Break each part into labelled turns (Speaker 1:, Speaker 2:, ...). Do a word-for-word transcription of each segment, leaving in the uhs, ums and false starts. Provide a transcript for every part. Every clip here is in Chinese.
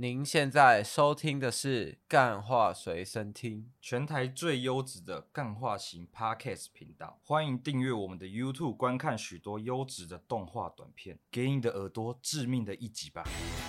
Speaker 1: 您现在收听的是干话随身听，
Speaker 2: 全台最优质的干话型 Podcast 频道。欢迎订阅我们的 YouTube， 观看许多优质的动画短片，给你的耳朵致命的一击吧！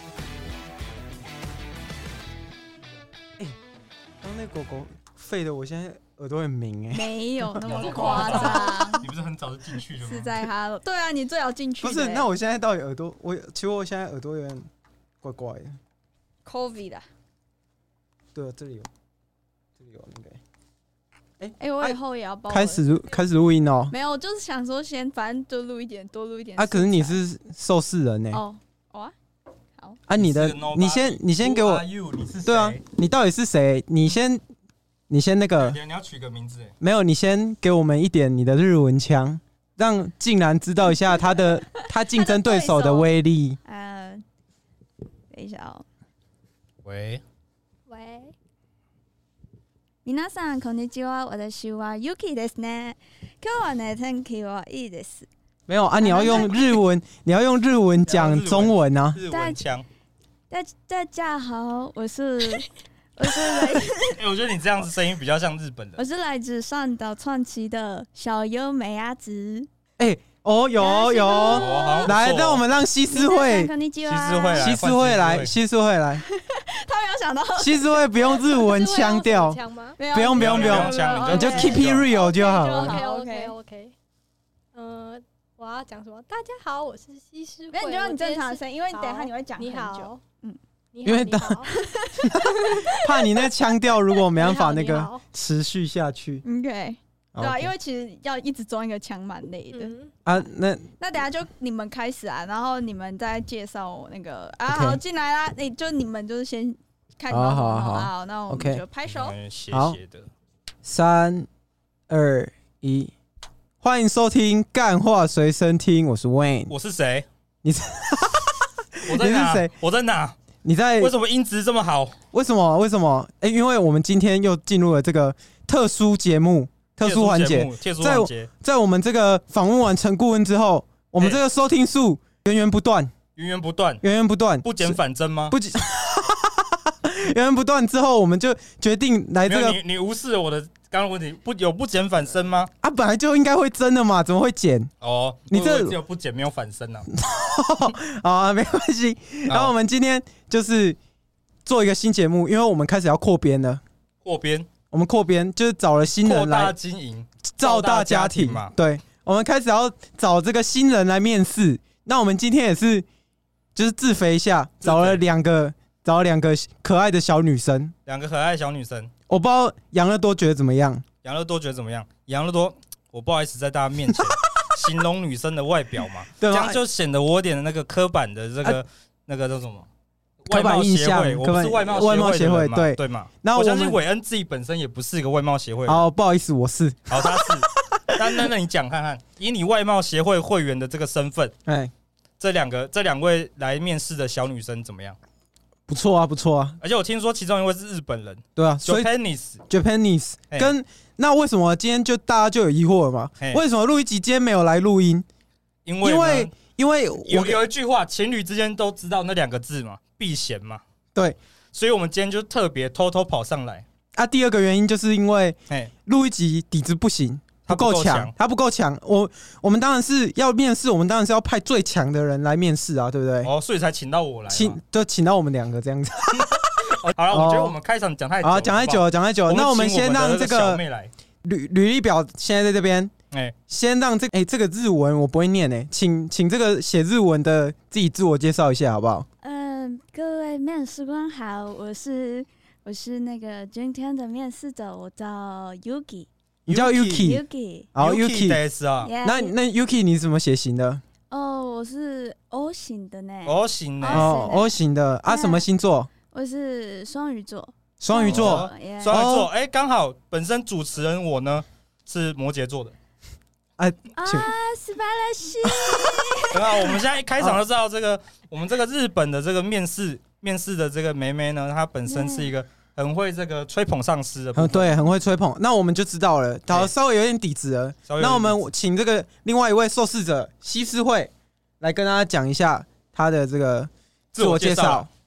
Speaker 3: 哎、欸，刚那狗狗吠的，我现在耳朵很鸣哎、欸。
Speaker 4: 没有那么夸张。
Speaker 2: 你不是很早就进去了吗？
Speaker 4: 是在哈，对啊，你最好进去、欸。
Speaker 3: 不是，那我现在到底耳朵，我其实我现在耳朵有点怪怪的。
Speaker 4: COVID 的，
Speaker 3: 对啊，这里有，这里有那个，
Speaker 4: 哎、欸、哎、欸，我以后也要包。
Speaker 3: 开始录开始录音哦。
Speaker 4: 没有，就是想说先，反正多录一点，多录一点。
Speaker 3: 啊，可是你是受试人呢、欸。
Speaker 4: 哦，好啊，好。
Speaker 3: 啊，你的，你先，你先给我。
Speaker 2: 你是
Speaker 3: 对啊，你到底是谁？你先，你先那个。
Speaker 2: 你要取个名字哎。
Speaker 3: 没有，你先给我们一点你的日文腔，让竟然知道一下他的他竞争对手的威力。
Speaker 4: 呃，等一下哦。
Speaker 2: 喂
Speaker 4: 喂，皆さんこんにちは。私は Yuki ですね。今日はね天気はいいです。
Speaker 3: 没有啊，你要用日文，你要用日文讲中文啊。
Speaker 2: 日文腔。
Speaker 4: 大大家好，我是我是来自
Speaker 2: 哎、欸，我觉得你这样子声音比较像日本人。
Speaker 4: 我是来自上岛传奇的小优美阿子。
Speaker 3: 哎、欸。哦，有有，
Speaker 2: 哦、
Speaker 3: 来，让我们让西施会，
Speaker 2: 西施会来，
Speaker 3: 西施会来，西施会来。
Speaker 4: 他没有想到，
Speaker 3: 西施会不用日文腔调，不用不用不用，你就 keep it real 就好了。
Speaker 5: OK OK OK。嗯，我要讲什么？大家好，我是西施会。
Speaker 4: 那你就用你正常的声音，因为等一下你会讲很久。
Speaker 5: 你好，
Speaker 4: 嗯，
Speaker 3: 因为怕你那腔调如果没办法那个持续下去。
Speaker 4: OK。对啊，因为其实要一直装一个腔蛮累的、嗯、
Speaker 3: 啊。那
Speaker 4: 那等一下就你们开始啊，然后你们再介绍那个啊， okay. 好进来啦。你、欸、就你们就是先看到什么，好好 好, 好，那我们就拍手。
Speaker 2: Okay. 好，
Speaker 3: 三二一，欢迎收听干话随身听，我是 Wayne，
Speaker 2: 我是谁？
Speaker 3: 你是
Speaker 2: 我在哪？谁？我在哪？
Speaker 3: 你在？
Speaker 2: 为什么音质这么好？
Speaker 3: 为什么？为什么？哎、欸，因为我们今天又进入了这个特殊节目。特殊环节，在在我们这个访问完陈顾问之后，我们这个收听数源源不断，
Speaker 2: 源源不断，
Speaker 3: 源源不断，
Speaker 2: 不减反增吗？
Speaker 3: 不减，源源不断之后，我们就决定来这个。
Speaker 2: 你你无视了我的刚刚问题，不有不减反增吗？
Speaker 3: 啊，本来就应该会增的嘛，怎么会减？
Speaker 2: 哦，你这只有不减没有反增啊。
Speaker 3: 啊，没关系。然后我们今天就是做一个新节目，因为我们开始要扩编了。
Speaker 2: 扩编。
Speaker 3: 我们扩编就是找了新人来
Speaker 2: 扩大经营，
Speaker 3: 造大家庭嘛。对，我们开始要找这个新人来面试。那我们今天也是，就是自肥一下，找了两个，找了两个可爱的小女生，
Speaker 2: 两个可爱的小女生。
Speaker 3: 我不知道杨乐多觉得怎么样？
Speaker 2: 杨乐多觉得怎么样？杨乐多，我不好意思在大家面前形容女生的外表嘛，这样就显得我有点那个刻板的这个、啊、那个叫什么？
Speaker 3: 刻板印象，
Speaker 2: 我不是外貌外貌协会，
Speaker 3: 对
Speaker 2: 对嘛？那我相信韦恩自己本身也不是一个外貌协会。
Speaker 3: 哦，不好意思，我是。
Speaker 2: 好，他是。那那那你讲看看，以你外貌协会会员的这个身份，哎，这两个这两位来面试的小女生怎么样？
Speaker 3: 不错啊，不错啊。
Speaker 2: 而且我听说其中一位是日本人，
Speaker 3: 对啊
Speaker 2: ，Japanese
Speaker 3: Japanese 跟那为什么今天就大家就有疑惑了嘛？为什么录一集今天没有来录音？
Speaker 2: 因为
Speaker 3: 因为因为
Speaker 2: 有有一句话，情侣之间都知道那两个字嘛。避嫌嘛，
Speaker 3: 对，
Speaker 2: 所以我们今天就特别偷偷跑上来
Speaker 3: 啊。第二个原因就是因为录一集底子不行，不够强，他不够强。我我们当然是要面试，我们当然是要派最强的人来面试啊，对不对？
Speaker 2: 哦，所以才请到我来，
Speaker 3: 请就请到我们两个这样子。
Speaker 2: 好了，我觉得我们开场讲太久了，
Speaker 3: 讲太久了，讲太久了。那我们先让这个履履历表现在在这边，哎，先让这哎这个日文我不会念哎，请请这个写日文的自己自我介绍一下好不好？
Speaker 4: 各位面试官好，我是我是那个今天的面试者，我叫 Yuki。
Speaker 3: 你叫
Speaker 4: Yuki？Yuki，
Speaker 3: 好 Yuki
Speaker 2: 啊。
Speaker 3: 那那 Yuki 你什么血型的？
Speaker 4: 哦，我是 O 型的呢。
Speaker 2: O 型的
Speaker 3: 哦 ，O 型的啊，什么星座？
Speaker 4: 我是双鱼座。
Speaker 3: 双鱼座，
Speaker 2: 双鱼座，哎，刚好本身主持人我呢是摩羯座的。
Speaker 3: 啊
Speaker 4: 啊！斯巴拉西，
Speaker 2: 很好。我们现在一开场就知道这个，我们这个日本的这个面试面试的这个妹妹呢，她本身是一个很会这个吹捧上司的，
Speaker 3: 对，很会吹捧。那我们就知道了，好，稍微有点底子了。那我们请这个另外一位受试者西施会来跟大家讲一下他的这个自我介绍。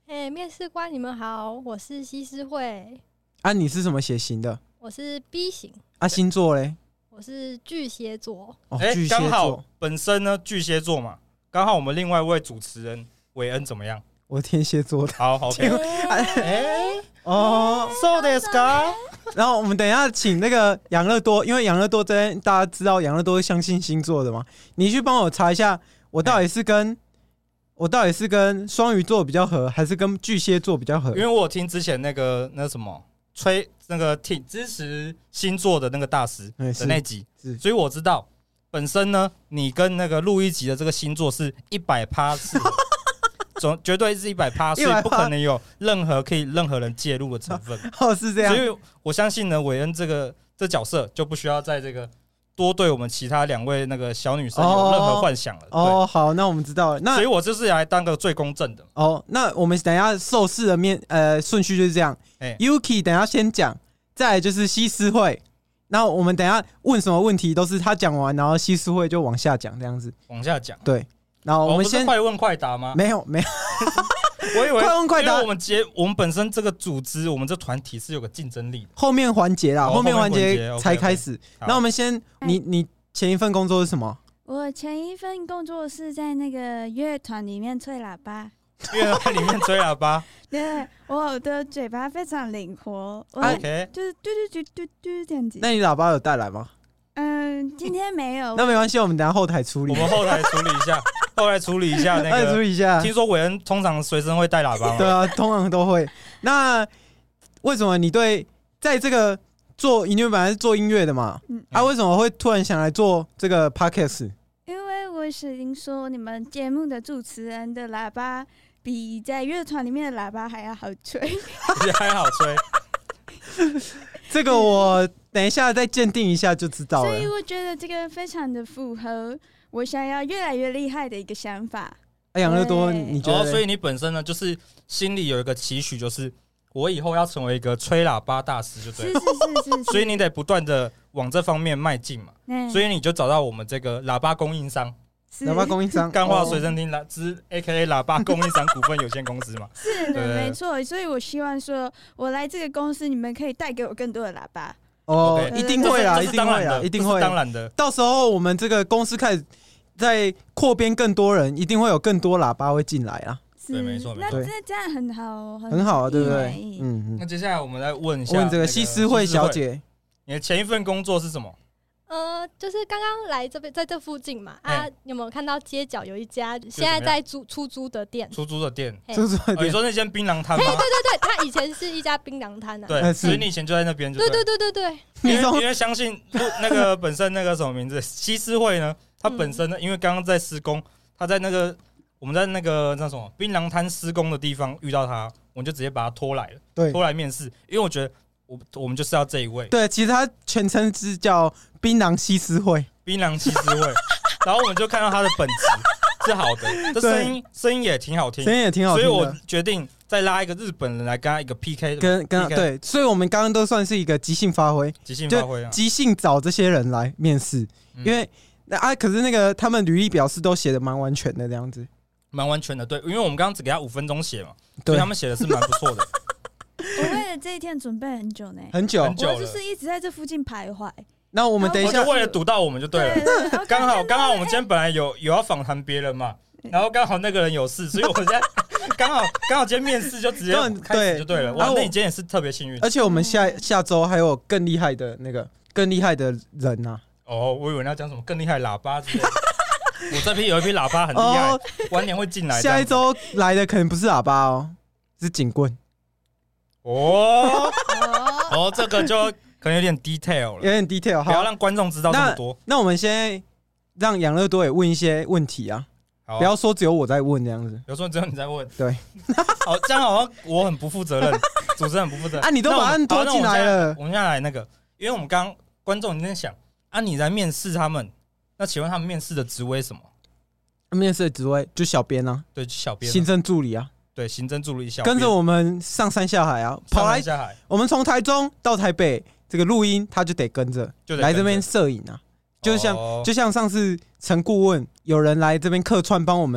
Speaker 5: 嘿，面试官你们好，我是西施慧。
Speaker 3: 啊，你是什么血型的？
Speaker 5: 我是 B 型。
Speaker 3: 啊，星座嘞？
Speaker 5: 我是巨蟹座。
Speaker 3: 哦，
Speaker 2: 哎、
Speaker 3: 巨蟹座。
Speaker 2: 刚好本身呢巨蟹座嘛，刚好我们另外一位主持人韦恩怎么样？
Speaker 3: 我天蝎座的。
Speaker 2: 好 ，OK。
Speaker 3: 哎，哦
Speaker 2: ，So this guy。
Speaker 3: 然后我们等一下请那个养乐多，因为养乐多这边大家知道养乐多是相信星座的嘛，你去帮我查一下，我到底是跟我到底是跟双鱼座比较合，还是跟巨蟹座比较合？
Speaker 2: 因为我有听之前那个那什么吹那个听支持星座的那个大师的那集，所以我知道本身呢，你跟那个录一集的这个星座是一百趴是。总绝对是一百趴，所以不可能有任何可以任何人介入的成分。
Speaker 3: 哦，是这样。
Speaker 2: 所以我相信呢，韦恩这个这角色就不需要在这个多对我们其他两位那个小女生有任何幻想了。
Speaker 3: 哦，好，那我们知道了。那
Speaker 2: 所以我就是来当个最公正的。
Speaker 3: 哦，那我们等一下受试的面呃顺序就是这样。欸、Yuki 等一下先讲，再来就是西施会。然后我们等一下问什么问题都是他讲完，然后西施会就往下讲这样子。
Speaker 2: 往下讲。
Speaker 3: 对。然后我们先、
Speaker 2: 哦、快问快答吗？
Speaker 3: 没有没有，
Speaker 2: 我以为
Speaker 3: 快问快答。
Speaker 2: 因为我们节我们本身这个组织，我们这团体是有个竞争力的。
Speaker 3: 后面环节啦，
Speaker 2: 哦、
Speaker 3: 后面环节才开始。
Speaker 2: okay, okay,
Speaker 3: 那我们先，你你前一份工作是什么？
Speaker 4: 我前一份工作是在那个乐团里面吹喇叭。
Speaker 2: 乐团里面吹喇叭。
Speaker 4: 对，我的嘴巴非常灵活。
Speaker 2: OK，
Speaker 4: 就是嘟嘟嘟嘟嘟这样子。
Speaker 3: 那你喇叭有带来吗？
Speaker 4: 嗯，今天没有。
Speaker 3: 那没关系，我们等一下后台处理。
Speaker 2: 我们后台处理一下，后台处理一下那个。
Speaker 3: 后台处理一下。
Speaker 2: 听说韦恩通常随身会带喇叭吗？
Speaker 3: 对啊，通常都会。那为什么你对在这个做音乐本来是做音乐的嘛？嗯。啊，为什么会突然想来做这个 podcast？
Speaker 4: 因为我是听说你们节目的主持人的喇叭比在乐团里面的喇叭还要好吹，
Speaker 2: 比还好吹。
Speaker 3: 这个我等一下再鉴定一下就知道了。
Speaker 4: 所以我觉得这个非常的符合我想要越来越厉害的一个想法。
Speaker 3: 哎，养乐多，你觉得、
Speaker 2: 哦？所以你本身呢，就是心里有一个期许，就是我以后要成为一个吹喇叭大师，就对了。
Speaker 4: 是是是是。
Speaker 2: 所以你得不断的往这方面迈进嘛。嗯。所以你就找到我们这个喇叭供应商。
Speaker 3: 喇叭供应商，
Speaker 2: 干话随身听之 A K A 喇叭供应商股份有限公司嘛。
Speaker 4: 是的，没错。所以我希望说，我来这个公司，你们可以带给我更多的喇叭。
Speaker 3: 哦，一定会啦，一定会啦，一定会，
Speaker 2: 当然的。
Speaker 3: 到时候我们这个公司开始在扩编更多人，一定会有更多喇叭会进来啊。
Speaker 2: 对，没错，没错。
Speaker 4: 那这样很好，
Speaker 3: 很好啊，对不对？
Speaker 2: 嗯。那接下来我们来问一下，
Speaker 3: 问这个西施慧小姐，
Speaker 2: 你的前一份工作是什么？
Speaker 5: 呃，就是刚刚来这边，在这附近嘛，啊，有没有看到街角有一家现在在租出租的店？
Speaker 2: 出租的店，
Speaker 3: 出租的店。
Speaker 2: 你说那间槟榔摊吗？
Speaker 5: 对对对，它以前是一家槟榔摊啊。
Speaker 2: 对，所以你以前就在那边。
Speaker 5: 对对对对对。
Speaker 2: 因为因为相信那个本身那个什么名字西施慧呢，他本身呢，因为刚刚在施工，他在那个我们在那个那什么槟榔摊施工的地方遇到他，我们就直接把他拖来了，
Speaker 3: 对，
Speaker 2: 拖来面试，因为我觉得。我我们就是要这一位，
Speaker 3: 对，其实他全称是叫槟榔西施慧，
Speaker 2: 槟榔西施慧，然后我们就看到他的本质是好的，这声音声音也挺好听，
Speaker 3: 声音也挺好听，
Speaker 2: 所以我决定再拉一个日本人来跟他一个 P K，
Speaker 3: 跟跟对，所以我们刚刚都算是一个即兴发挥，
Speaker 2: 即兴发挥啊，
Speaker 3: 即兴找这些人来面试，嗯、因为啊，可是那个他们履历表示都写的蛮完全的这样子，
Speaker 2: 蛮完全的，对，因为我们刚刚只给他五分钟写嘛，所以他们写的是蛮不错的。
Speaker 4: 我为了这一天准备很久呢，
Speaker 3: 很久，
Speaker 2: 很久了，
Speaker 4: 我就是一直在这附近徘徊。
Speaker 3: 那我们等一下，
Speaker 2: 就为了堵到我们就对了。刚好刚好我们今天本来有有要访谈别人嘛，然后刚好那个人有事，所以我现在刚好刚好今天面试就直接开始就对了。哇，那你今天也是特别幸运。
Speaker 3: 而且我们下下周还有更厉害的那个更厉害的人啊！
Speaker 2: 哦，我以为你要讲什么更厉害的喇叭之类的。我这批有一批喇叭很厉害，晚点会进来。
Speaker 3: 下一周来的可能不是喇叭哦，是警棍。
Speaker 2: 哦哦，这个就可能有点 detail 了，
Speaker 3: 有点 detail，
Speaker 2: 不要让观众知道这么多。
Speaker 3: 那, 那我们先让养乐多也问一些问题啊，啊不要说只有我在问这样子。
Speaker 2: 比如说只有你在问，
Speaker 3: 对，
Speaker 2: 好，这样好像我很不负责任，主持人很不负责任
Speaker 3: 啊！你都把他拖进来了，
Speaker 2: 我们现在来那个，因为我们刚刚观众你在想啊，你来面试他们，那请问他们面试的职位是什么？
Speaker 3: 面试的职位就小编啊，
Speaker 2: 对，小编、啊，
Speaker 3: 行政助理啊。
Speaker 2: 对，行政助理小编
Speaker 3: 跟着我们上山下海啊，跑来
Speaker 2: 下海。
Speaker 3: 我们从台中到台北，这个录音他就得跟着，来这边摄影啊。就像、哦、就像上次陈顾问有人来这边客串帮我们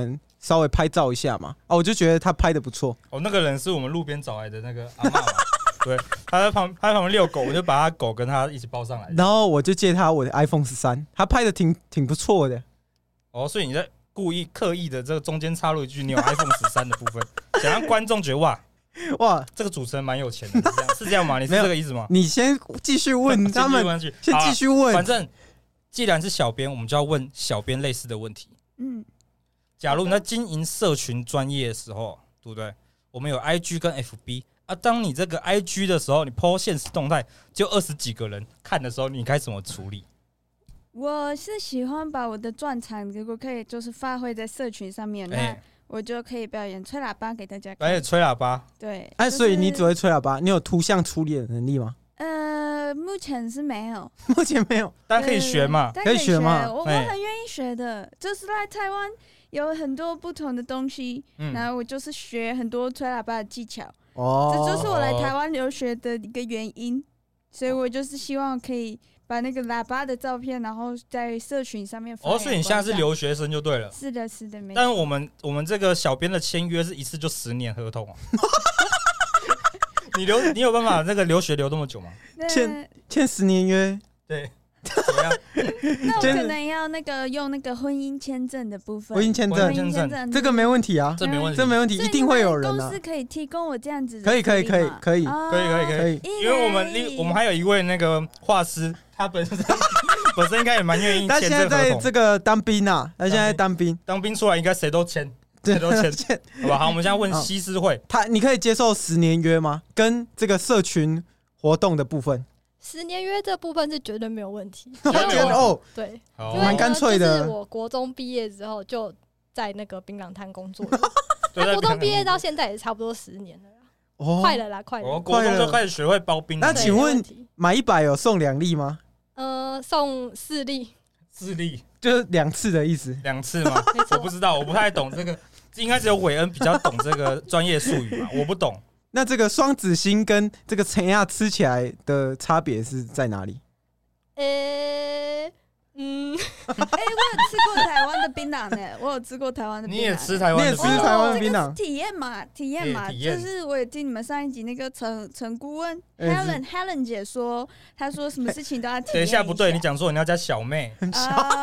Speaker 3: 稍微拍照一下嘛，啊，我就觉得他拍的不错。
Speaker 2: 哦，那个人是我们路边找来的那个阿嬷嘛，对，他在旁他在旁边遛狗，我就把他狗跟他一起抱上来，
Speaker 3: 然后我就借他我的 iPhone 十三，他拍的挺挺不错的。
Speaker 2: 哦，所以你在故意刻意的这个中间插入一句你有 iPhone 十三的部分，想让观众觉得哇哇，这个主持人蛮有钱的，是这样是这样吗？你是这个意思吗？
Speaker 3: 你先继续问他们，先继续问。
Speaker 2: 反正既然是小编，我们就要问小编类似的问题。嗯，假如你在经营社群专业的时候，对不对？我们有 I G 跟 F B 啊，当你这个 I G 的时候，你 po 限时动态就二十几个人看的时候，你该怎么处理？
Speaker 4: 我是喜欢把我的专长，如果可以就是发挥在社群上面，那我就可以表演吹喇叭给大家看。
Speaker 2: 表演吹喇叭，
Speaker 4: 对。
Speaker 3: 哎、啊，所以你只会吹喇叭，你有图像处理的能力吗？
Speaker 4: 呃，目前是没有，
Speaker 3: 目前没有，
Speaker 2: 但可以学嘛，
Speaker 4: 可以学嘛，我我很愿意学的，就是来台湾有很多不同的东西，嗯、然后我就是学很多吹喇叭的技巧，哦，这就是我来台湾留学的一个原因，所以我就是希望可以把那个喇叭的照片，然后在社群上面发。
Speaker 2: 哦，所以你现在是留学生就对了。
Speaker 4: 是的，是的，没错。
Speaker 2: 但是我们我们这个小编的签约是一次就十年合同啊。你留你有办法那个留学留这么久吗？
Speaker 3: 签签十年约，
Speaker 2: 对，怎么样？
Speaker 4: 那我可能要那个用那个婚姻签证的部分。
Speaker 3: 婚姻签证，婚姻签证，这个没问题啊，
Speaker 2: 这没问题，
Speaker 3: 这没问题，一定会有人啊。
Speaker 4: 公司可以提供我这样子的，
Speaker 3: 可以，可以，可以，可以，
Speaker 2: 可以，可以，可以，因为我们我们还有一位那个画师，他本身本身应该也蛮愿意签这个合同。
Speaker 3: 他现在在这个当兵啊，他现在当兵，
Speaker 2: 当兵出来应该谁都签。谁都签，好吧？好，我们现在问西施会，
Speaker 3: 他你可以接受十年约吗？跟这个社群活动的部分，
Speaker 5: 十年约这部分是绝对没有问题。
Speaker 3: 哦，
Speaker 5: 对，
Speaker 3: 蛮干脆的。
Speaker 5: 就是我国中毕业之后就在那个槟榔摊工作，那国中毕业到现在也差不多十年了啦，哦，快了啦，快了。
Speaker 2: 我国中就开始学会包槟榔。
Speaker 3: 那请问买一百有送两粒吗？
Speaker 5: 呃，送四粒。
Speaker 2: 四粒
Speaker 3: 就是两次的意思，
Speaker 2: 两次吗？我不知道，我不太懂这个，应该只有韦恩比较懂这个专业术语嘛，我不懂。
Speaker 3: 那这个双子星跟这个陈亚吃起来的差别是在哪里？
Speaker 5: 呃、欸，嗯，
Speaker 4: 哎、欸，我有吃过台湾的槟榔呢，我有吃过台湾的槟榔。
Speaker 2: 你也吃台湾的槟榔？
Speaker 3: 你也吃台湾的槟榔？
Speaker 4: 哦、体验嘛，体验嘛，就是我也听你们上一集那个陈陈顾问 Helen Helen 姐说，她说什么事情都要体验。
Speaker 2: 等一下，不对，你讲错，你要加小妹，
Speaker 3: 很小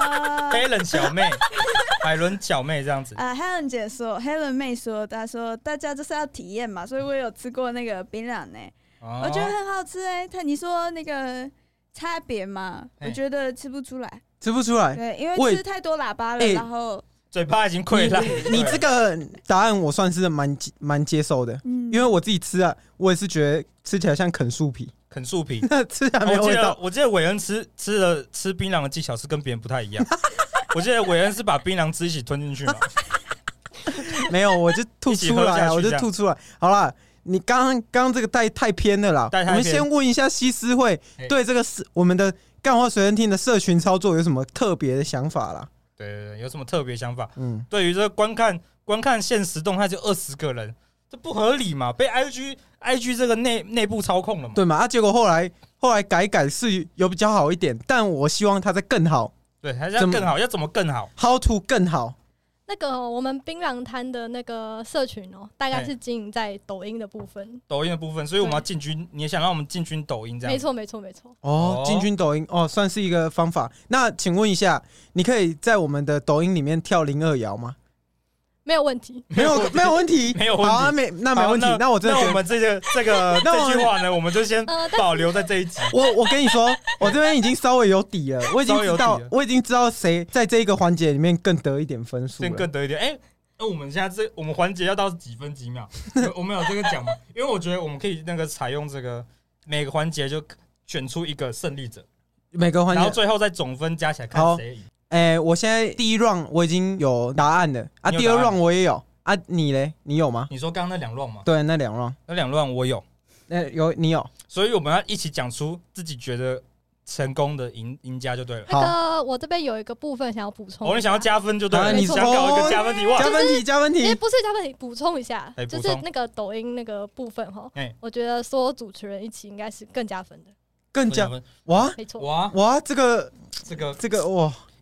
Speaker 2: Helen 小妹，海伦小妹这样子。
Speaker 4: 啊、uh, ，Helen 姐说 ，Helen 妹说，她说大家就是要体验嘛，所以我有吃过那个槟榔呢，哦、我觉得很好吃哎、欸。他你说那个差别嘛，我觉得吃不出来。
Speaker 3: 吃不出来，
Speaker 4: 对，因为吃太多喇叭了，欸、然后
Speaker 2: 嘴巴已经溃烂。
Speaker 3: 你, 你这个答案我算是蛮蛮接受的，嗯、因为我自己吃啊，我也是觉得吃起来像啃树皮，
Speaker 2: 啃树皮，
Speaker 3: 吃起来没有味道。
Speaker 2: 我记得韦恩吃吃的吃槟榔的技巧是跟别人不太一样。我记得韦恩是把槟榔汁一起吞进去嘛，
Speaker 3: 没有，我就吐出来啊，我就吐出来。好啦，你刚刚刚这个带太偏了啦，我们先问一下西施会对这个我们的干话随身听的社群操作有什么特别的想法啦？
Speaker 2: 对对对，有什么特别想法？嗯，对于这个观看观看限时动态就二十个人，这不合理嘛？被 I G I G 这个内内部操控了嘛？
Speaker 3: 对嘛？啊，结果后来后来改改是有比较好一点，但我希望它再更好。
Speaker 2: 对，还是要更好，要怎么更好
Speaker 3: ？How to 更好？
Speaker 5: 那个我们槟榔摊的那个社群哦、喔，大概是经营在抖音的部分。
Speaker 2: 抖音的部分，所以我们要进军，你也想让我们进军抖音这样？
Speaker 5: 没错，没错，没错。
Speaker 3: 哦，进军抖音哦，算是一个方法。那请问一下，你可以在我们的抖音里面跳零二摇吗？
Speaker 5: 没有问题，
Speaker 3: 没有没有问题，
Speaker 2: 没有问题。
Speaker 3: 好啊，没那没问题。那我真的，
Speaker 2: 那我们这个这个这句话呢，我们就先保留在这一集。
Speaker 3: 我我跟你说，我这边已经稍微有底了，我已经知道，我已经知道谁在这一个环节里面更得一点分数了，
Speaker 2: 更得一点。哎、欸，那我们现在这我们环节要到几分几秒？我们有这个讲吗？因为我觉得我们可以那个采用这个每个环节就选出一个胜利者，
Speaker 3: 每个环节，
Speaker 2: 然后最后再总分加起来看谁赢。
Speaker 3: 哎、欸，我现在第一 round 我已经有答案了啊，第二 round 我也有。啊，你嘞？你有吗？
Speaker 2: 你说刚刚那两 round 吗？
Speaker 3: 对，那两 round，
Speaker 2: 那两 round 我有，
Speaker 3: 那有你有，
Speaker 2: 所以我们要一起讲出自己觉得成功的赢赢家就对了。
Speaker 5: 那个我这边有一个部分想要补充，
Speaker 2: 哦，你想要加分就对了，你想搞一个加分题哇？
Speaker 3: 加分题，加分题，
Speaker 5: 哎，不是加分题，补充一下，就是那个抖音那个部分哈，我觉得所有主持人一起应该是更加分的，
Speaker 3: 更加分哇，
Speaker 5: 没错
Speaker 2: 哇
Speaker 3: 哇，这个
Speaker 2: 这个
Speaker 3: 这个哇。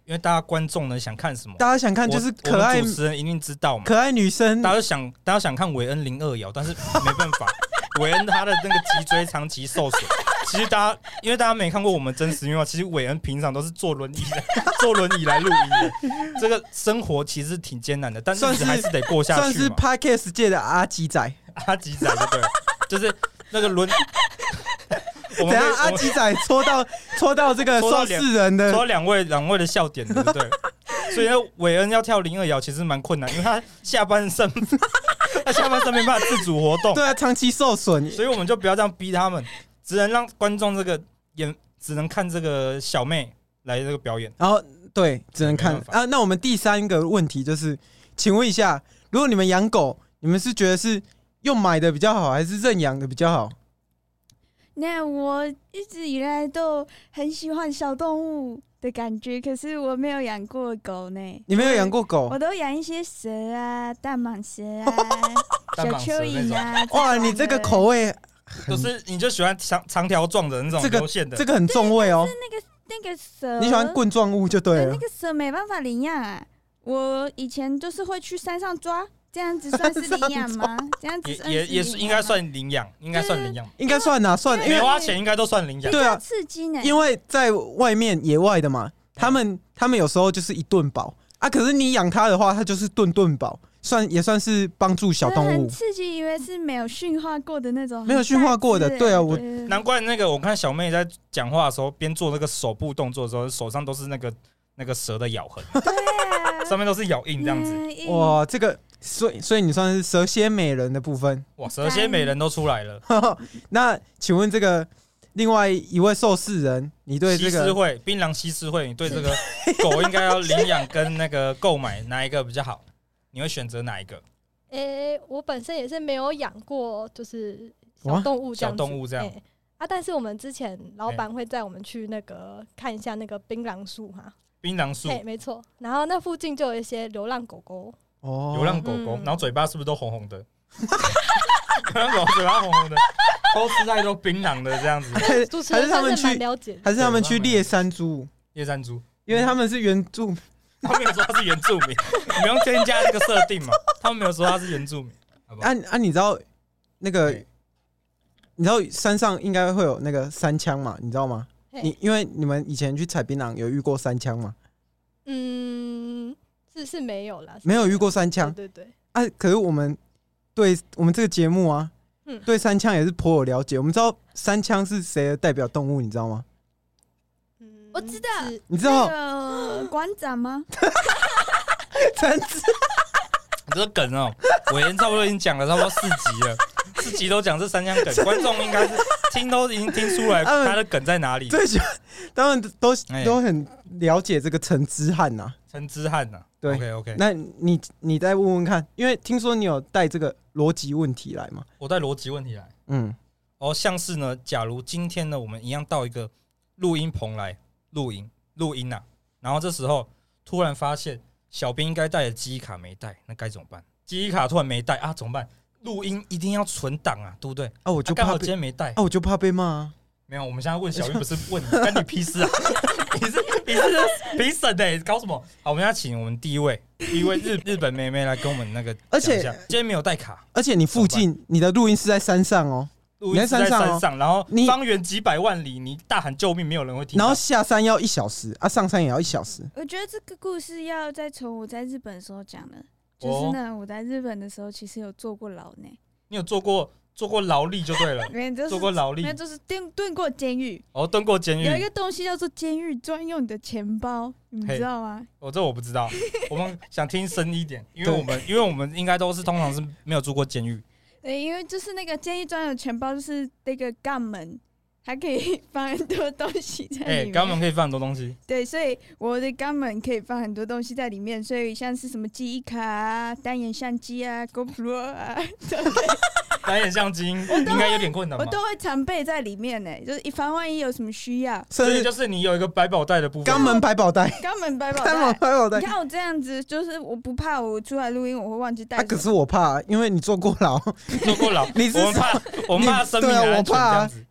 Speaker 2: 因为大家观众呢想看什么？
Speaker 3: 大家想看就是可爱
Speaker 2: 主持人一定知道嘛，
Speaker 3: 可爱女生。
Speaker 2: 大家想大家想看韦恩零二爻，但是没办法，韦恩他的那个脊椎长期受损。其实大家因为大家没看过我们真实面貌，其实韦恩平常都是坐轮椅来坐轮椅来录音的。这个生活其实挺艰难的，但是还是得过下去嘛。
Speaker 3: 算是 Podcast 界的阿吉仔，
Speaker 2: 阿吉仔就对了，就是那个轮。
Speaker 3: 等下阿吉仔戳到戳到这个受试人的，
Speaker 2: 戳两位两位的笑点，对不对？所以呢，韦恩要跳零二爻其实蛮困难，因为他下半身他下半身没办法自主活动，
Speaker 3: 对啊，长期受损，
Speaker 2: 所以我们就不要这样逼他们，只能让观众这个演，只能看这个小妹来这个表演。
Speaker 3: 然后对，只能看啊。那我们第三个问题就是，请问一下，如果你们养狗，你们是觉得是用买的比较好，还是认养的比较好？
Speaker 4: 那我一直以来都很喜欢小动物的感觉，可是我没有养过狗呢。
Speaker 3: 你没有养过狗？
Speaker 4: 我都养一些蛇啊，大蟒蛇啊，小蚯蚓啊。
Speaker 3: 哇，你这个口味
Speaker 2: 就是你就喜欢长长条状的那种流线的，
Speaker 3: 这个很重味哦。
Speaker 4: 是那个那个蛇，
Speaker 3: 你喜欢棍状物就对了。
Speaker 4: 那个蛇没办法领养啊，我以前就是会去山上抓。这样子算是领养吗？这样子
Speaker 2: 也也是应该算领养，应该算领养，
Speaker 3: 应该算啊，算，
Speaker 2: 没花钱应该都算领养。
Speaker 3: 对啊，
Speaker 4: 刺激呢。
Speaker 3: 因为在外面野外的嘛，他们他们有时候就是一顿饱啊，可是你养它的话，它就是顿顿饱，算也算是帮助小动物。
Speaker 4: 很刺激，以为是没有驯化过的那种，
Speaker 3: 没有驯化过的，对啊，我
Speaker 2: 难怪那个我看小妹在讲话的时候，边做那个手部动作的时候，手上都是那个那个蛇的咬痕，
Speaker 4: 对啊，
Speaker 2: 上面都是咬印这样子。
Speaker 3: 哇，这个。所以，所以你算是蛇蝎美人的部分。
Speaker 2: 哇，蛇蝎美人都出来了。
Speaker 3: 那请问这个另外一位受试人，你对这个
Speaker 2: 西施会槟榔西施会，你对这个狗应该要领养跟那个购买哪一个比较好？你会选择哪一个？
Speaker 5: 诶、欸，我本身也是没有养过，就是小动物这样子。小动物这样、欸、啊，但是我们之前老板会带我们去那个看一下那个槟榔树哈。
Speaker 2: 槟榔树，
Speaker 5: 对，没错。然后那附近就有一些流浪狗狗。
Speaker 3: 哦，
Speaker 2: 流浪狗狗、嗯，然后嘴巴是不是都红红的？流浪狗嘴巴红红的，偷吃太多槟榔的这样子。
Speaker 5: 还是他们去了解，
Speaker 3: 还是他们去猎山猪？
Speaker 2: 猎山猪，
Speaker 3: 因为他们是原住民，
Speaker 2: 他们没有说他是原住民，你不用添加这个设定嘛。他们没有说他是原住民。
Speaker 3: 啊啊，你知道那个，你知道山上应该会有那个山枪嘛？你知道吗？你因为你们以前去采槟榔有遇过山枪吗？
Speaker 5: 嗯。是是没有啦，
Speaker 3: 没有遇过山枪，
Speaker 5: 对对对
Speaker 3: 啊！可是我们对我们这个节目啊，嗯、对山枪也是颇有了解。我们知道山枪是谁的代表动物，你知道吗？
Speaker 4: 嗯，我知道，
Speaker 3: 你知道、
Speaker 4: 那个、馆长吗？
Speaker 3: 橙子，
Speaker 2: 你这个梗哦，韦恩差不多已经讲了差不多四集了，四集都讲这三枪梗，观众应该是听都已经听出来他的梗在哪里。
Speaker 3: 最喜欢，他们都、欸、都很了解这个陈之汉呐、啊。
Speaker 2: 陈之汉呐，
Speaker 3: 对
Speaker 2: ，OK OK，
Speaker 3: 那你你再问问看，因为听说你有带这个逻辑问题来嘛？
Speaker 2: 我带逻辑问题来，
Speaker 3: 嗯，
Speaker 2: 哦，像是呢，假如今天呢，我们一样到一个录音棚来录音录音啊，然后这时候突然发现小编应该带的记忆卡没带，那该怎么办？记忆卡突然没带啊，怎么办？录音一定要存档啊，对不对？
Speaker 3: 啊，我就怕
Speaker 2: 刚好今天没带，
Speaker 3: 啊，我就怕被骂、啊。
Speaker 2: 没有，我们现在问小编不是问你，干你屁事啊！你是你是评审的，搞什么？好，我们要请我们第一位，第一位日日本妹妹来跟我们那个讲一下，而且今天没有带卡，
Speaker 3: 而且你附近你的录音是在山上哦，
Speaker 2: 录音是在山上，然后方圆几百万里，你大喊救命，没有人会听。
Speaker 3: 然后下山要一小时啊，上山也要一小时。
Speaker 4: 我觉得这个故事要再从我在日本的时候讲了，就是呢，我在日本的时候其实有坐过牢呢。
Speaker 2: 你有做过？做过劳力就对了，做过劳力，
Speaker 4: 那就是蹲蹲过监狱。
Speaker 2: 哦，蹲过监狱。
Speaker 4: 有一个东西叫做监狱专用的钱包，你们知道吗？
Speaker 2: 哦，这我不知道。我们想听深一点，因为我们因为我们应该都是通常是没有住过监狱。
Speaker 4: 对，因为就是那个监狱专用的钱包，就是那个肛门，它可以放很多东西在里面。哎、
Speaker 2: 欸，肛门可以放很多东西。
Speaker 4: 对，所以我的肛门可以放很多东西在里面，所以像是什么记忆卡啊、单眼相机啊、GoPro 啊，都可以。
Speaker 2: 单眼相机应该有点困难吧？
Speaker 4: 我都会常备在里面呢、欸，就是以防万一有什么需要。
Speaker 2: 所以就是你有一个百宝袋的部分，
Speaker 3: 肛门百宝袋，
Speaker 4: 肛门百宝袋，
Speaker 3: 肛门百宝袋。
Speaker 4: 你看我这样子，就是我不怕我出来录音我会忘记带、
Speaker 3: 啊。可是我怕，因为你坐过牢，
Speaker 2: 坐过牢，
Speaker 3: 你是
Speaker 2: 我们怕，我们怕生命安全这样子。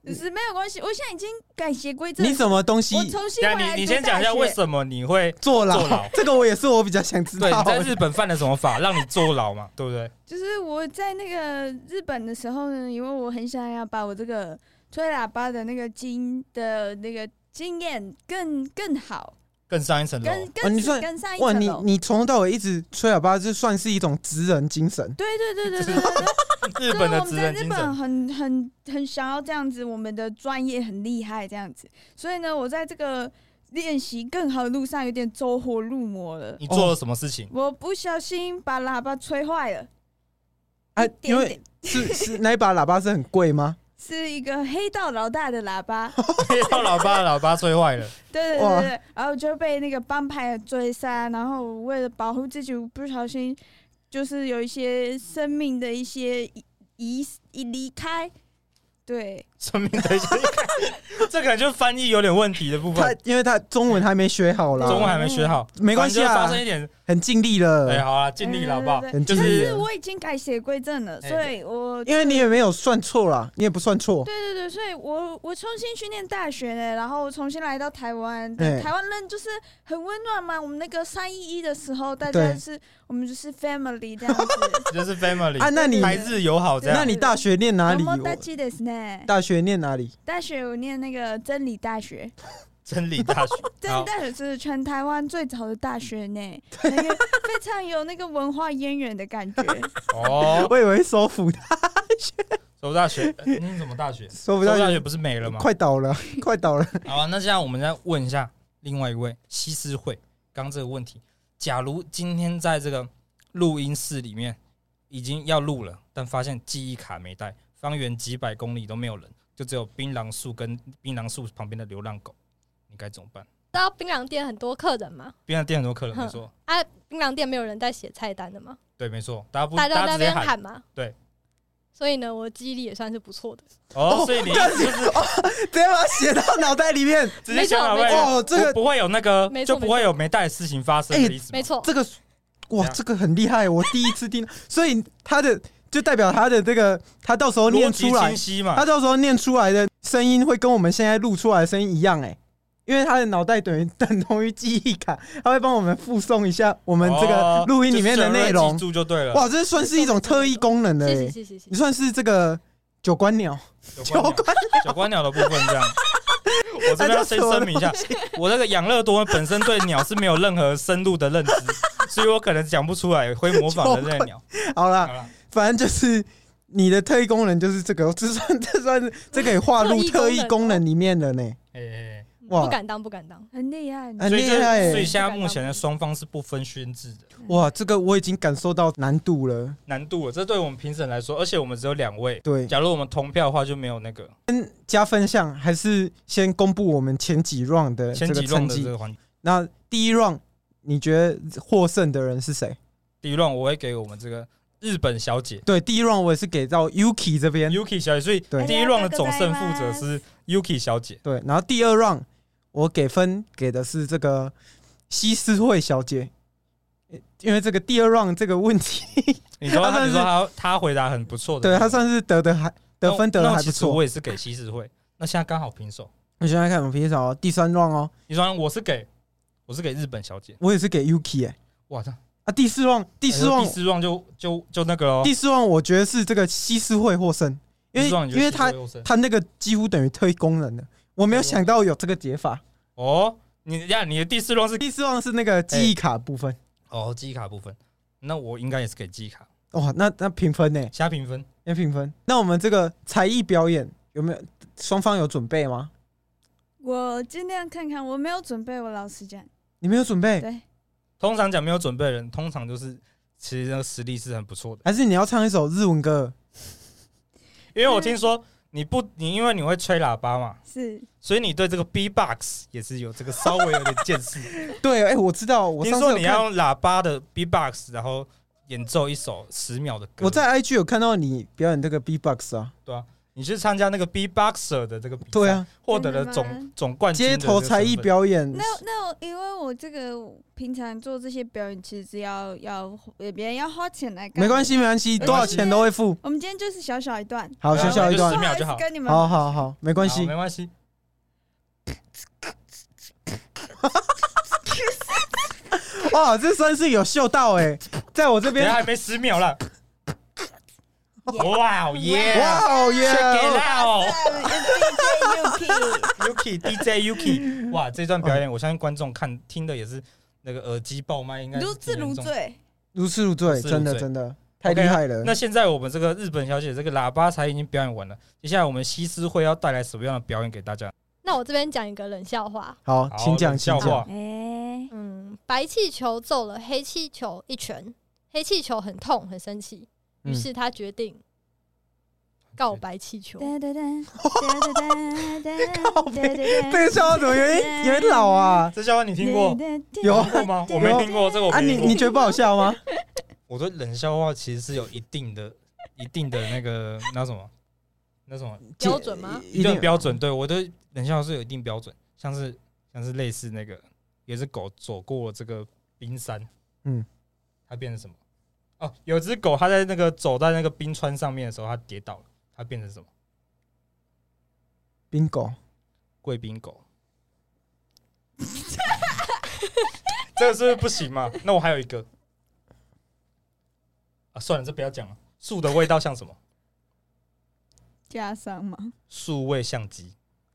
Speaker 4: 是没有关系，我现在已经改邪归正。
Speaker 3: 你什么东西？
Speaker 4: 我重新回来
Speaker 2: 你你先讲一下为什么你会
Speaker 3: 坐牢？坐牢这个我也是我比较想知道。
Speaker 2: 对，你在日本犯了什么法让你坐牢嘛？对不对？
Speaker 4: 就是我在那个日本的时候呢，因为我很想要把我这个吹喇叭的那个经的那个经验更更好。
Speaker 2: 更上一层楼，
Speaker 4: 更更、哦、
Speaker 3: 你算
Speaker 4: 更上一层楼。
Speaker 3: 哇，你你从头到尾一直吹喇叭，就算是一种职人精神。
Speaker 4: 对对对对对对对，
Speaker 2: 日本的职人精神。
Speaker 4: 我们在日本很很很想要这样子，我们的专业很厉害这样子，所以呢，我在这个练习更好的路上有点走火入魔了。
Speaker 2: 你做了什么事情？
Speaker 4: 我不小心把喇叭吹坏了。
Speaker 3: 啊，因为是是那一把喇叭是很贵吗？
Speaker 4: 是一个黑道老大的喇叭，
Speaker 2: 黑道老爸的喇叭吹坏了。
Speaker 4: 对对对对，然后就被那个帮派追杀，然后为了保护自己，不小心就是有一些生命的一些移移离开。对，
Speaker 2: 生命的一些离开，这可能就翻译有点问题的部分。
Speaker 3: 他因为他中文还没学好啦，
Speaker 2: 中文还没学好，
Speaker 3: 没关系啊，
Speaker 2: 发生一点，
Speaker 3: 很尽力了。
Speaker 2: 哎，好啊，尽力了，好不好？
Speaker 3: 很
Speaker 4: 尽力。但是我已经改邪归正了，所以我
Speaker 3: 因为你也没有算错啦，你也不算错。
Speaker 4: 对对对，所以我我重新去念大学呢，然后重新来到台湾，台湾人就是很温暖嘛。我们那个三一一的时候，大家是我们就是 family 这样子，
Speaker 2: 就是 family
Speaker 3: 啊。那你
Speaker 2: 台日友好这样。
Speaker 3: 那你大学念哪里？
Speaker 4: 大
Speaker 3: 学念哪里？
Speaker 4: 大学我念那个真理大学。
Speaker 2: 真理大学，
Speaker 4: 真理大学是全台湾最早的大学呢，那个非常有那个文化渊源的感觉。
Speaker 3: 哦，我以为首府大学，
Speaker 2: 首府大学，你什么大学？
Speaker 3: 首府大
Speaker 2: 学不是没了吗？
Speaker 3: 快倒了，快倒了。
Speaker 2: 好啊，那现在我们再问一下另外一位西施惠，刚这个问题，假如今天在这个录音室里面已经要录了，但发现记忆卡没带，方圆几百公里都没有人，就只有槟榔树跟槟榔树旁边的流浪狗。你该怎么办？
Speaker 5: 知道槟榔店很多客人吗？
Speaker 2: 槟榔店很多客人，没错。
Speaker 5: 啊，槟榔店没有人在写菜单的吗？
Speaker 2: 对，没错，大家不
Speaker 5: 大家在那边
Speaker 2: 喊,
Speaker 5: 喊吗？
Speaker 2: 对。
Speaker 5: 所以呢，我记忆力也算是不错的。
Speaker 2: 哦，所以你就是
Speaker 3: 哦，直接把它写到脑袋里面，
Speaker 2: 直接写脑袋里面。哦，这个不会有那个，就不会有没带的事情发生的意思。
Speaker 5: 没错，
Speaker 3: 这个哇，这个很厉害，我第一次听。所以他的就代表他的这个，他到时候念出来，他到时候念出来的声音会跟我们现在录出来的声音一样，哎。因为他的脑袋等于等同于记忆卡，他会帮我们附送一下我们这个录音里面的内容，
Speaker 2: 记住就对了。
Speaker 3: 哇，这算是一种特异功能的，
Speaker 5: 谢谢谢谢。
Speaker 3: 你算是这个九官鸟，
Speaker 2: 九官九官鸟的部分这样。我这边要先声明一下，我这个养乐多本身对鸟是没有任何深入的认知，所以我可能讲不出来会模仿的那鸟。
Speaker 3: 好啦，反正就是你的特异功能就是这个，这算这算是这可以划入特异功能里面的呢。
Speaker 2: 哎哎。
Speaker 5: 不敢当，不敢当，
Speaker 4: 很厉害，
Speaker 3: 很厉害。
Speaker 2: 所以现在目前的双方是不分轩制的。
Speaker 3: 哇，这个我已经感受到难度了，
Speaker 2: 难度了。这对我们评审来说，而且我们只有两位。
Speaker 3: 对，
Speaker 2: 假如我们同票的话，就没有那个。
Speaker 3: 跟加分项还是先公布我们前几 round 的这个成绩。那第一 round 你觉得获胜的人是谁？
Speaker 2: 第一 round 我会给我们这个日本小姐。
Speaker 3: 对，第一 round 我也是给到 Yuki 这边
Speaker 2: ，Yuki 小姐。所以第一 round 的总胜负者是 Yuki 小姐。
Speaker 3: 对，然后第二 round。我给分给的是这个西施惠小姐，因为这个第二 round 这个问题，
Speaker 2: 你说他，你说他他回答很不错的，
Speaker 3: 对他算是得的还得分得的还不错。
Speaker 2: 我也是给西施惠，那现在刚好平手。
Speaker 3: 我现在看我们平手，第三 round 哦，
Speaker 2: 第三 round 我是给我是给日本小姐，
Speaker 3: 我也是给 Yuki 哎、欸，
Speaker 2: 哇这
Speaker 3: 啊第四 round 第四 round
Speaker 2: 第四 round 就就就那个哦，
Speaker 3: 第四 round 我觉得是这个西施惠获胜，因为因为他他那个几乎等于特异功能的，我没有想到有这个解法
Speaker 2: 哦。你呀，你的第四 round 是
Speaker 3: 第四 round 是那个记忆卡部分、
Speaker 2: 欸、哦，记忆卡部分，那我应该也是给记忆卡。
Speaker 3: 哇，那那评分呢？
Speaker 2: 瞎评分，
Speaker 3: 要评分。那我们这个才艺表演有没有双方有准备吗？
Speaker 4: 我尽量看看，我没有准备，我老实讲。
Speaker 3: 你没有准备？
Speaker 4: 对。
Speaker 2: 通常讲没有准备的人，通常就是其实那个实力是很不错的。
Speaker 3: 还是你要唱一首日文歌？
Speaker 2: 因为我听说。你不，你因为你会吹喇叭嘛，
Speaker 4: 是，
Speaker 2: 所以你对这个 B-box 也是有这个稍微有点见识。
Speaker 3: 对，哎、欸，我知道，我
Speaker 2: 听说你要用喇叭的 B-box， 然后演奏一首十秒的歌。
Speaker 3: 我在 I G 有看到你表演这个 B-box 啊，
Speaker 2: 对啊， 你去参加那个 B-Boxer 的这个比赛，对啊，获得了总总冠军。
Speaker 3: 街头才艺表演。
Speaker 4: 那那因为我这个平常做这些表演，其实要要别人要花钱来干。
Speaker 3: 没关系，没关系，多少钱都会付。
Speaker 4: 我们今天就是小小一段，
Speaker 3: 好，小小一段，
Speaker 2: 十秒就好。
Speaker 3: 好好好，没关系，
Speaker 2: 没关系。
Speaker 3: 哇，这算是有秀到哎、欸，在我这边
Speaker 2: 还没十秒了。哇哦耶！
Speaker 3: 哇哦耶
Speaker 2: ！Check it
Speaker 4: out！Yuki
Speaker 2: D J Yuki， 哇，这段表演我相信观众看听的也是那个耳机爆麦，应该
Speaker 4: 如痴如醉，
Speaker 3: 如痴如醉，真的真的太厉害了。
Speaker 2: 那现在我们这个日本小姐这个喇叭才已经表演完了，接下来我们西施会要带来什么样的表演给大家？
Speaker 5: 那我这边讲一个冷笑话。
Speaker 3: 好，请讲
Speaker 2: 笑话。
Speaker 5: 哎，嗯，白气球揍了黑气球一拳，黑气球很痛很生气。于是他决定告白气球。
Speaker 3: 这个笑话怎么有点有点老啊？
Speaker 2: 这笑话你听过？
Speaker 3: 有
Speaker 2: 过吗？我没听过这个，我没听过。
Speaker 3: 啊，你你觉得不好笑吗？
Speaker 2: 我说冷笑话其实是有一定的、一定的那个那什么、那什么
Speaker 5: 标准吗？
Speaker 2: 一定标准。对，我对冷笑话是有一定标准，像是像是类似那个，有一只狗走过这个冰山，嗯，它变成什么？哦，有只狗，它在那个走在那个冰川上面的时候，它跌倒了，它变成什么？
Speaker 3: 冰狗，
Speaker 2: 贵宾狗。这个是不是不行嘛？那我还有一个啊，算了，这不要讲了。树的味道像什么？
Speaker 4: 加上吗？
Speaker 2: 数位相机。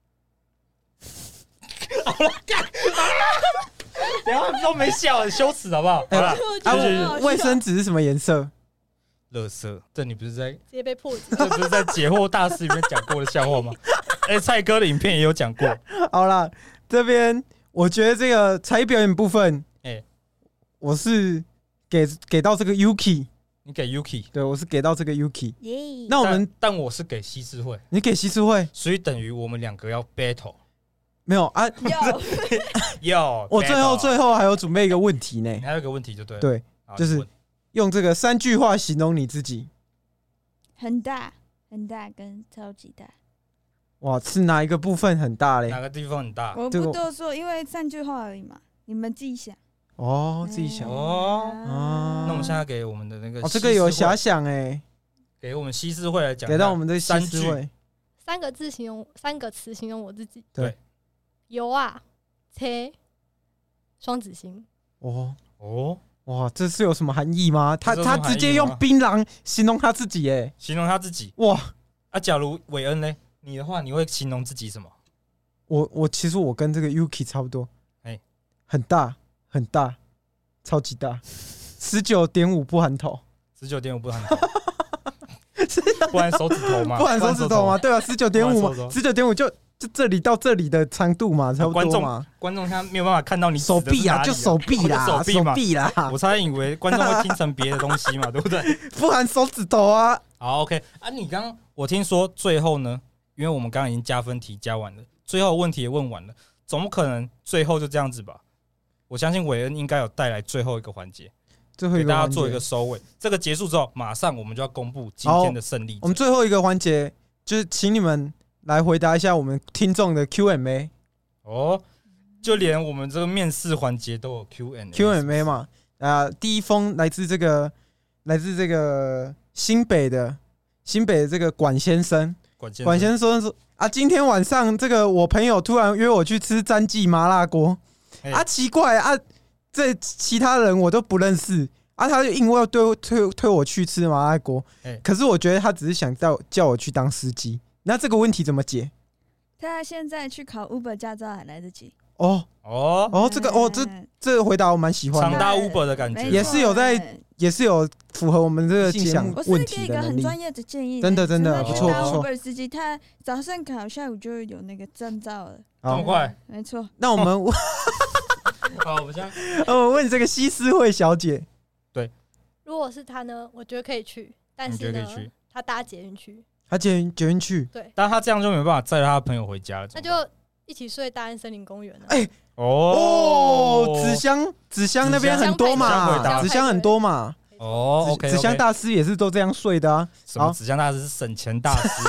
Speaker 2: 好了，干！等下都没笑，很羞耻，好不好？好了，
Speaker 3: 啊，卫生纸是什么颜色？
Speaker 2: 垃圾。这你不是在
Speaker 5: 直接被破解？
Speaker 2: 这不是在解惑大师里面讲过的笑话吗？哎、欸，蔡哥的影片也有讲过。
Speaker 3: 好啦，这边我觉得这个才艺表演部分，哎、欸，我是给给到这个 Yuki。
Speaker 2: 你给 Yuki，
Speaker 3: 对，我是给到这个 Yuki。
Speaker 4: Yeah.
Speaker 3: 那我们
Speaker 2: 但, 但我是给西施会，
Speaker 3: 你给西施会，
Speaker 2: 所以等于我们两个要 battle。
Speaker 3: 没有啊，
Speaker 4: 有
Speaker 2: 有。
Speaker 3: 我最后最后还有准备一个问题呢。
Speaker 2: 你还有一个问题就对了。
Speaker 3: 对，就是用这个三句话形容你自己。
Speaker 4: 很大，很大，跟超级大。
Speaker 3: 哇，是哪一个部分很大嘞？
Speaker 2: 哪个地方很大？
Speaker 4: 我不多说，因为三句话而已嘛，你们自己想。
Speaker 3: 哦，自己想
Speaker 2: 哦。哦，那我们现在给我们的那个，
Speaker 3: 哦，这个有遐想哎，
Speaker 2: 给我们西施会来讲，
Speaker 3: 给到我们的西施会，
Speaker 5: 三个字形容，三个词形容我自己。
Speaker 3: 对，
Speaker 5: 油啊，车，双子星。
Speaker 3: 哦
Speaker 2: 哦，
Speaker 3: 哇，这是有什么含义吗？他他直接用槟榔形容他自己哎，
Speaker 2: 形容他自己
Speaker 3: 哇
Speaker 2: 啊！假如韦恩呢？你的话，你会形容自己什么？
Speaker 3: 我我其实我跟这个 Yuki 差不多，哎、欸，很大很大，超级大，十九点五不含头，
Speaker 2: 十九点五不含头，不含手指头吗？
Speaker 3: 不含手指头吗？对啊，十九点五嘛，十九点五就就这里到这里的长度嘛，差不多嘛。
Speaker 2: 观众他没有办法看到你
Speaker 3: 手臂啊，就手臂啦，
Speaker 2: 手臂嘛，
Speaker 3: 手臂啦。
Speaker 2: 我差点以为观众会听成别的东西嘛，对不对？
Speaker 3: 不含手指头啊。
Speaker 2: 好 ，OK 啊，你刚刚我听说最后呢？因为我们刚刚已经加分题加完了，最后问题也问完了，总不可能最后就这样子吧？我相信韦恩应该有带来最后一个环节，
Speaker 3: 最后一个
Speaker 2: 给大家做一个收尾。这个结束之后，马上我们就要公布今天的胜利者。
Speaker 3: 我们最后一个环节就是请你们来回答一下我们听众的 Q and A。
Speaker 2: 哦，就连我们这个面试环节都有 Q and A
Speaker 3: Q and A 嘛？啊，第一封来自这个来自这个新北的新北的这个管先生。管先生说啊，今天晚上这个我朋友突然约我去吃詹记麻辣锅，啊奇怪啊，这其他人我都不认识啊，他就硬要推推推我去吃麻辣锅，可是我觉得他只是想叫叫我去当司机，那这个问题怎么解？
Speaker 4: 他现在去考 Uber 驾照还来得及。
Speaker 3: 哦哦哦，这个哦这这个回答我蛮喜欢的，
Speaker 2: 长达 Uber 的感觉，
Speaker 3: 也是有在。也是有符合我们这个节目问题的能力。我是给一个
Speaker 4: 很专业的建议，
Speaker 3: 真的真的不错不错。
Speaker 4: Uber 司机他早上考，下午就有那个证照了，
Speaker 2: 这么快？
Speaker 4: 没错。
Speaker 3: 那我们
Speaker 2: 好，我们先，
Speaker 3: 我问这个西施惠小姐，
Speaker 2: 对，
Speaker 5: 如果是他呢，我觉得可以去，但是呢，他搭捷运去，
Speaker 3: 他捷运捷运去，
Speaker 5: 对，
Speaker 2: 但他这样就没办法载他的朋友回家了，
Speaker 5: 那就一起睡大安森林公园了。
Speaker 3: 哎。哦，纸箱纸箱那边很多嘛，纸箱很多嘛。
Speaker 2: 哦，纸
Speaker 3: 箱大师也是都这样睡的啊。
Speaker 2: 什么纸箱大师是省钱大师？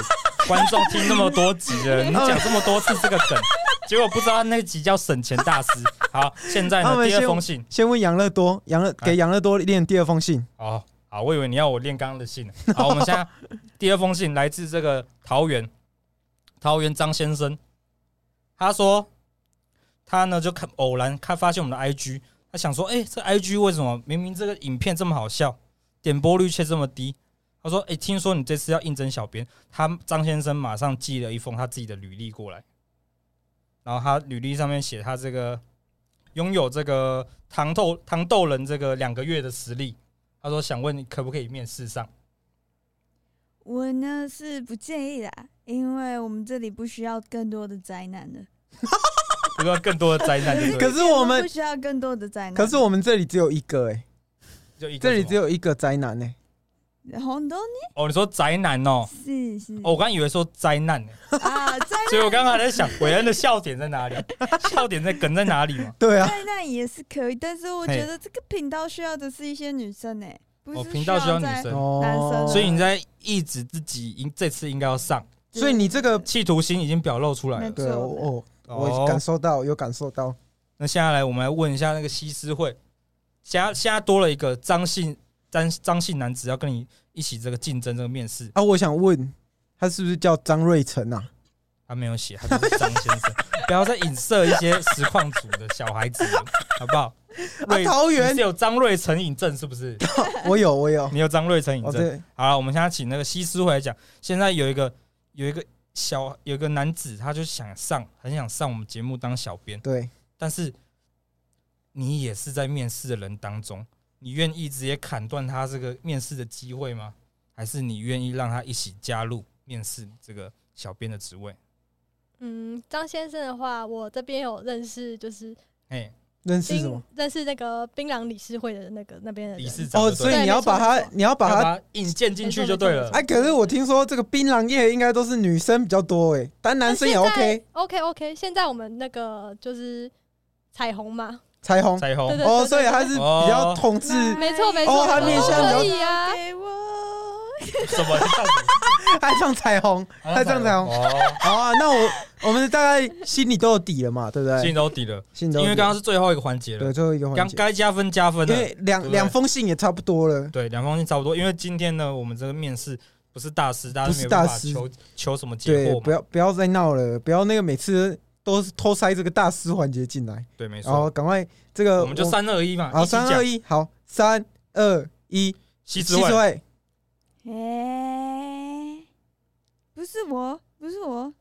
Speaker 2: 观众听那么多集了，你讲这么多次这个梗，结果不知道那集叫省钱大师。好，现在呢，第二封信，
Speaker 3: 先问养乐多，养乐给养乐多念第二封信。
Speaker 2: 哦，好，我以为你要我念刚刚的信。好，我们现在第二封信来自这个桃园，桃园张先生，他说他呢就看偶然看发现我们的 I G， 他想说，哎、欸，这 I G 为什么明明这个影片这么好笑，点播率却这么低？他说，哎、欸，听说你这次要应征小编，他张先生马上寄了一封他自己的履历过来，然后他履历上面写他这个拥有这个糖豆糖豆人这个两个月的实力。他说想问你可不可以面试上？
Speaker 4: 我呢是不建议啦，因为我们这里不需要更多的宅男了。
Speaker 2: 不需要更多的宅男对，
Speaker 3: 可是我们
Speaker 4: 不需要更多的宅男。
Speaker 3: 可是我们这里只有一个哎、欸，
Speaker 2: 就一个
Speaker 3: 这里只有一个宅男哎、欸。
Speaker 4: 红豆呢？
Speaker 2: 哦，你说宅男哦？
Speaker 4: 是是。
Speaker 2: 哦，我刚以为说灾难呢、欸。
Speaker 4: 啊，灾难。
Speaker 2: 所以我刚刚还在想，韦恩的笑点在哪里？笑点在梗在哪里嘛？
Speaker 3: 对啊，
Speaker 4: 灾难也是可以，但是我觉得这个频道需要的是一些女生哎、欸，不是
Speaker 2: 频道需要女生，
Speaker 4: 男生。
Speaker 2: 所以你在抑制自己，这次应该要上。
Speaker 3: 所以你这个
Speaker 2: 企图心已经表露出来了。
Speaker 3: 对哦，我感受到，有感受到。
Speaker 2: 那现在来，我们来问一下那个西施会，现在现在多了一个张姓张张姓男子要跟你一起这个竞争这个面试
Speaker 3: 啊！我想问他是不是叫张瑞成啊？
Speaker 2: 他没有写，他就是张先生。不要再影射一些实况组的小孩子了，好不好？
Speaker 3: 啊、桃园
Speaker 2: 你是有张瑞成瘾症是不是？
Speaker 3: 我有，我有，
Speaker 2: 你有张瑞成瘾症。
Speaker 3: 哦、
Speaker 2: 好了，我们现在请那个西施会来讲。现在有一个有一个小有一个男子，他就想上，很想上我们节目当小编。
Speaker 3: 对，
Speaker 2: 但是你也是在面试的人当中，你愿意直接砍断他这个面试的机会吗？还是你愿意让他一起加入面试这个小编的职位？
Speaker 5: 嗯，张先生的话，我这边有认识，就是
Speaker 2: 哎，
Speaker 3: 认识什么？
Speaker 5: 认识那个槟榔理事会的那个那边的
Speaker 2: 理事长
Speaker 3: 哦，所以你要把他，你要把他
Speaker 2: 引荐进去就对了。
Speaker 3: 哎，可是我听说这个槟榔业应该都是女生比较多哎，但男生也 OK。
Speaker 5: OK OK， 现在我们那个就是彩虹嘛。
Speaker 3: 彩虹，
Speaker 2: 彩虹
Speaker 3: 哦，所以他是比较统治，
Speaker 5: 没错没错，
Speaker 3: 哦，他面向
Speaker 5: 可以啊。
Speaker 2: 什么？
Speaker 3: 他唱彩虹，他唱彩虹。好啊，那我我们大概心里都有底了嘛，对不对？
Speaker 2: 心里都有底了，
Speaker 3: 心里都
Speaker 2: 因为刚刚是最后一个环节了，
Speaker 3: 对，最后一个环节，
Speaker 2: 该加分加分了，
Speaker 3: 因为两两封信也差不多了，
Speaker 2: 对，两封信差不多。因为今天呢，我们这个面试不是大师，大
Speaker 3: 家
Speaker 2: 没有办法求求什么解惑嘛，
Speaker 3: 不要不要再闹了，不要那个每次都是偷塞这个大师环节进来，
Speaker 2: 对，没错。
Speaker 3: 好，赶快这个，
Speaker 2: 我们就三二一嘛，
Speaker 3: 好，三二一，好，三二一，
Speaker 2: 西施会。
Speaker 4: 哎、欸，不是我，不是我。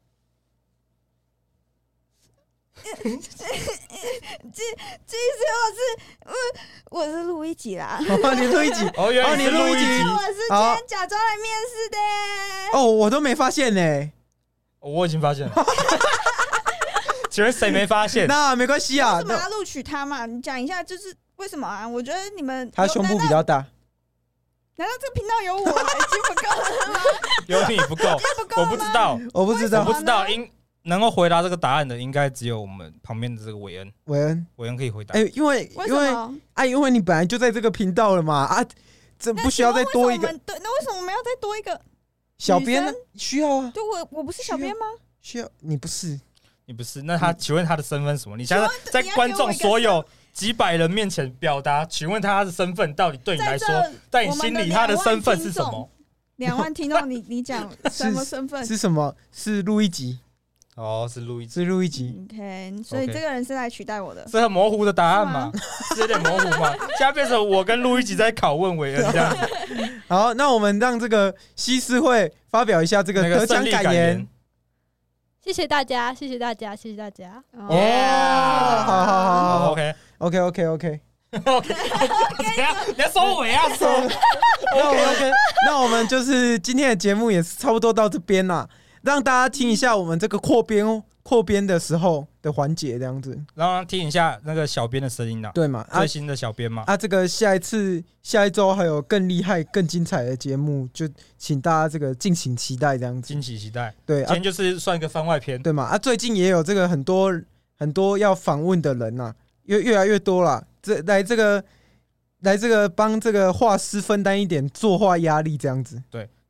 Speaker 4: 其其实我是我我是录一集啦。
Speaker 3: 哦，你录一集，
Speaker 2: 哦，原来
Speaker 3: 你录一集，
Speaker 4: 我是今天假装来面试的。
Speaker 3: 哦，我都没发现呢、欸。
Speaker 2: 我已经发现了。请问谁没发现？
Speaker 3: 那没关系啊。
Speaker 4: 为什么要录取他嘛？你讲一下，就是为什么啊？我觉得你们
Speaker 3: 他胸部比较大。
Speaker 4: 难道这个频道有我已经不够了吗？
Speaker 2: 有你不够，我不知道，
Speaker 3: 我不知道，
Speaker 2: 我不知道。应能够回答这个答案的，应该只有我们旁边的这个韦恩。
Speaker 3: 韦恩，
Speaker 2: 韦恩可以回答。
Speaker 3: 哎、欸，因为因为啊，因为你本来就在这个频道了嘛，啊，这不需要再多一个。
Speaker 4: 对，那为什么我们要再多一个
Speaker 3: 小编呢？需要啊。
Speaker 4: 就我我不是小编吗？
Speaker 3: 需要，你不是，
Speaker 2: 你不是。那他请问他的身份是什么？你现在在观众所有几百人面前表达，请问他的身份到底对你来说，在你心里他的身份是什么？
Speaker 4: 两万听众，你你讲什么身份？
Speaker 3: 是什么？是录一集。
Speaker 2: 哦，是录一集，
Speaker 3: 是录一集。
Speaker 4: OK， 所以这个人是来取代我的，
Speaker 2: 是很模糊的答案嘛？是有点模糊嘛？现在变成我跟录一集在拷问韦恩这样子。
Speaker 3: 好，那我们让这个西施会发表一下这个得奖感言。
Speaker 5: 谢谢大家，谢谢大家，谢谢大家。
Speaker 3: 哦，好好好好
Speaker 2: ，OK
Speaker 3: OK OK OK
Speaker 2: OK， 怎样？你要收尾啊？收。
Speaker 3: OK OK， 那我们就是今天的节目也是差不多到这边啦。让大家听一下我们这个扩编扩编的时候的环节，这样子，
Speaker 2: 然后听一下那个小编的声音啦，
Speaker 3: 对嘛？
Speaker 2: 最新的小编嘛。
Speaker 3: 啊，这个下一次、下一周还有更厉害、更精彩的节目，就请大家这个敬请期待，这样子。
Speaker 2: 敬请期待。
Speaker 3: 对，
Speaker 2: 今天就是算一个番外篇，
Speaker 3: 对嘛？啊，最近也有这个很多很多要访问的人呐、啊，越越来越多啦。这来这个来这个帮这个画师分担一点作画压力，这样子。
Speaker 2: 对。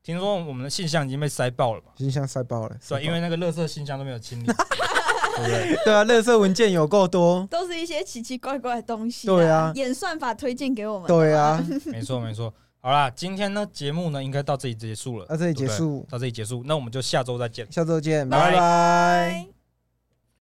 Speaker 2: 听说我们的信箱已经被塞爆了嘛？
Speaker 3: 信箱塞爆了，
Speaker 2: 对，因为那个垃圾信箱都没有清理，对不对？
Speaker 3: 对啊，垃圾文件有够多，
Speaker 4: 都是一些奇奇怪怪的东西。
Speaker 3: 对啊，
Speaker 4: 演算法推荐给我们。
Speaker 3: 对啊，
Speaker 2: 没错没错。好啦，今天呢节目呢应该到这里结束了，
Speaker 3: 到这里结束，
Speaker 2: 到这里结束，那我们就下周再见，
Speaker 3: 下周见，
Speaker 2: 拜
Speaker 3: 拜。